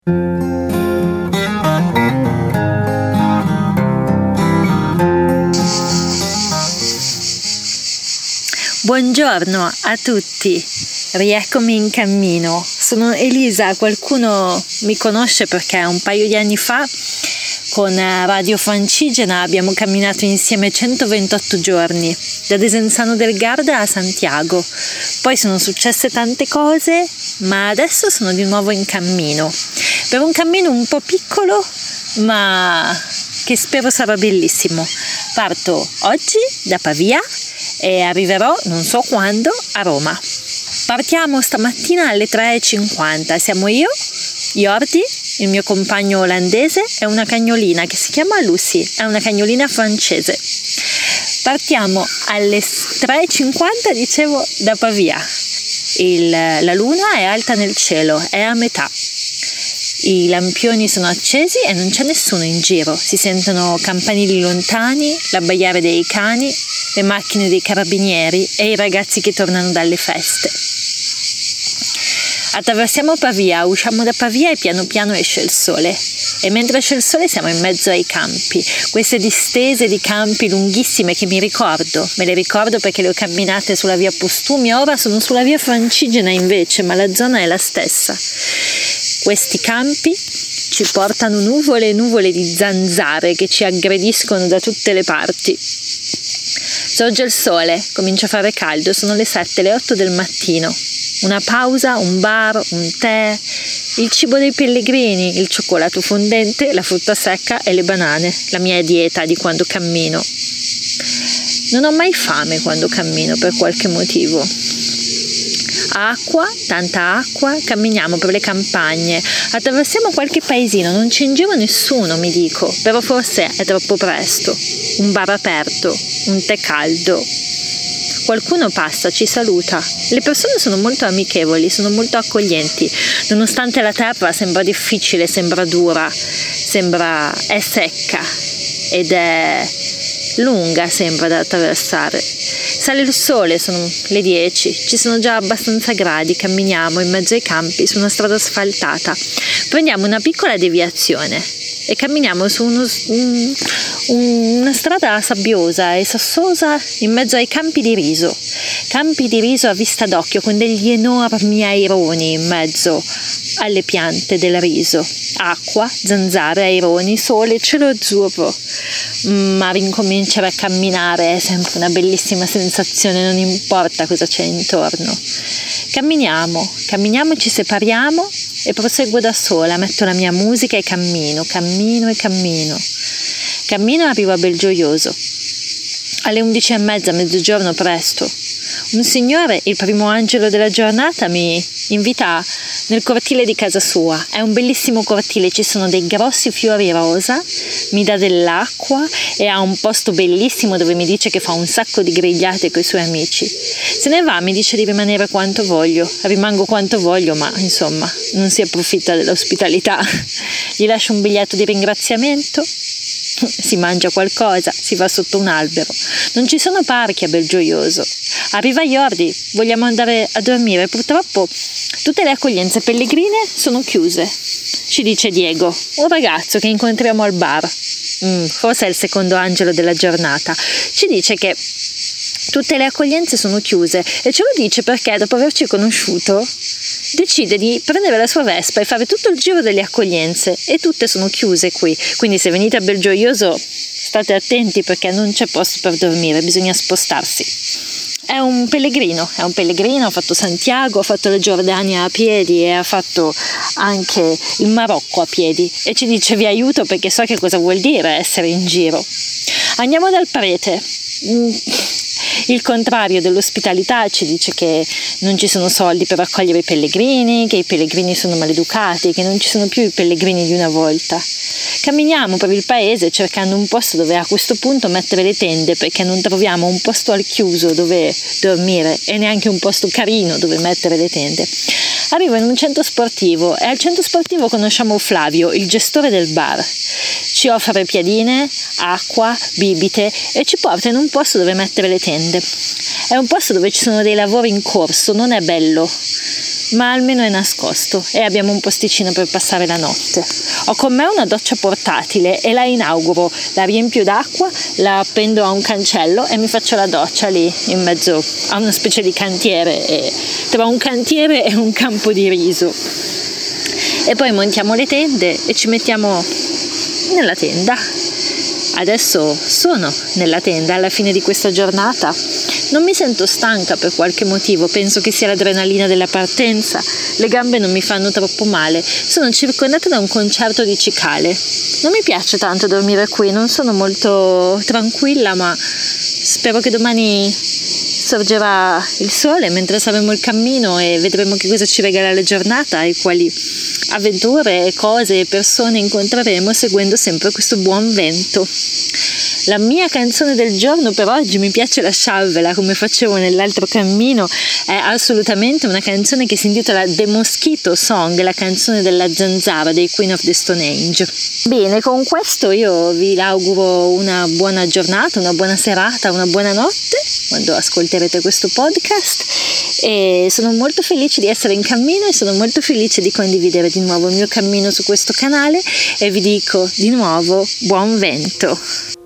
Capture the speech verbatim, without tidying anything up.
Buongiorno a tutti, rieccomi in cammino. Sono Elisa, qualcuno mi conosce perché un paio di anni fa con Radio Francigena abbiamo camminato insieme centoventotto giorni, da Desenzano del Garda a Santiago. Poi sono successe tante cose, ma adesso sono di nuovo in cammino. Per un cammino un po' piccolo, ma che spero sarà bellissimo. Parto oggi da Pavia e arriverò, non so quando, a Roma. Partiamo stamattina alle tre e cinquanta. Siamo io, Jordi, il mio compagno olandese e una cagnolina che si chiama Lucy, è una cagnolina francese. Partiamo alle tre e cinquanta, dicevo, da Pavia. Il, la luna è alta nel cielo, è a metà. I lampioni sono accesi e non c'è nessuno in giro. Si sentono campanili lontani, l'abbaiare dei cani, le macchine dei carabinieri e i ragazzi che tornano dalle feste. Attraversiamo Pavia, usciamo da Pavia e piano piano esce il sole. E mentre esce il sole siamo in mezzo ai campi, queste distese di campi lunghissime che mi ricordo, me le ricordo perché le ho camminate sulla via Postumi, ora sono sulla via Francigena invece, ma la zona è la stessa. Questi campi ci portano nuvole e nuvole di zanzare che ci aggrediscono da tutte le parti. Sorge il sole, comincia a fare caldo, sono le sette, le otto del mattino. Una pausa, un bar, un tè, il cibo dei pellegrini, il cioccolato fondente, la frutta secca e le banane, la mia dieta di quando cammino. Non ho mai fame quando cammino per qualche motivo. Acqua, tanta acqua, camminiamo per le campagne, attraversiamo qualche paesino, non c'è in giro nessuno, mi dico, però forse è troppo presto. Un bar aperto, un tè caldo. Qualcuno passa, ci saluta. Le persone sono molto amichevoli, sono molto accoglienti, nonostante la terra sembra difficile, sembra dura, sembra è secca ed è lunga, sembra da attraversare. Sale il sole, sono le dieci, ci sono già abbastanza gradi, camminiamo in mezzo ai campi su una strada asfaltata. Prendiamo una piccola deviazione e camminiamo su uno, un, una strada sabbiosa e sassosa in mezzo ai campi di riso. Campi di riso a vista d'occhio con degli enormi aironi in mezzo alle piante del riso. Acqua, zanzare, aironi, sole, cielo azzurro. Ma ricominciare a camminare è sempre una bellissima sensazione, non importa cosa c'è intorno. Camminiamo, camminiamo, ci separiamo e proseguo da sola, metto la mia musica e cammino, cammino e cammino. Cammino e arrivo a Belgioioso. Alle undici e mezza, mezzogiorno presto. Un signore, il primo angelo della giornata, mi invita nel cortile di casa sua. È un bellissimo cortile, ci sono dei grossi fiori rosa, mi dà dell'acqua e ha un posto bellissimo dove mi dice che fa un sacco di grigliate con i suoi amici. Se ne va, mi dice di rimanere quanto voglio. Rimango quanto voglio, ma insomma, non si approfitta dell'ospitalità. Gli lascio un biglietto di ringraziamento. Si mangia qualcosa, si va sotto un albero. Non ci sono parchi a Belgioioso. Arriva Jordi, vogliamo andare a dormire. Purtroppo tutte le accoglienze pellegrine sono chiuse, ci dice Diego, un ragazzo che incontriamo al bar. Mm, forse è il secondo angelo della giornata. Ci dice che tutte le accoglienze sono chiuse e ce lo dice perché dopo averci conosciuto decide di prendere la sua Vespa e fare tutto il giro delle accoglienze e tutte sono chiuse qui, quindi se venite a Belgioioso state attenti perché non c'è posto per dormire, bisogna spostarsi. È un pellegrino, è un pellegrino, ha fatto Santiago, ha fatto la Giordania a piedi e ha fatto anche il Marocco a piedi e ci dice vi aiuto perché so che cosa vuol dire essere in giro. Andiamo dal prete. Il contrario dell'ospitalità, ci dice che non ci sono soldi per accogliere i pellegrini, che i pellegrini sono maleducati, che non ci sono più i pellegrini di una volta. Camminiamo per il paese cercando un posto dove a questo punto mettere le tende perché non troviamo un posto al chiuso dove dormire e neanche un posto carino dove mettere le tende. Arrivo in un centro sportivo e al centro sportivo conosciamo Flavio, il gestore del bar. Ci offre piadine, acqua, bibite e ci porta in un posto dove mettere le tende. È un posto dove ci sono dei lavori in corso, non è bello, ma almeno è nascosto e abbiamo un posticino per passare la notte. Ho con me una doccia portatile e la inauguro, la riempio d'acqua, la appendo a un cancello e mi faccio la doccia lì in mezzo a una specie di cantiere, e tra un cantiere e un campo di riso. E poi montiamo le tende e ci mettiamo nella tenda. Adesso sono nella tenda alla fine di questa giornata. Non mi sento stanca per qualche motivo, penso che sia l'adrenalina della partenza, le gambe non mi fanno troppo male, sono circondata da un concerto di cicale. Non mi piace tanto dormire qui, non sono molto tranquilla, ma spero che domani sorgerà il sole mentre saremo il cammino e vedremo che cosa ci regala la giornata e quali avventure, cose e persone incontreremo seguendo sempre questo buon vento. La mia canzone del giorno per oggi, mi piace lasciarvela come facevo nell'altro cammino, è assolutamente una canzone che si intitola The Mosquito Song, la canzone della zanzara dei Queen of the Stone Age. Bene, con questo io vi auguro una buona giornata, una buona serata, una buona notte quando ascolterete questo podcast, e sono molto felice di essere in cammino e sono molto felice di condividere di nuovo il mio cammino su questo canale, e vi dico di nuovo buon vento.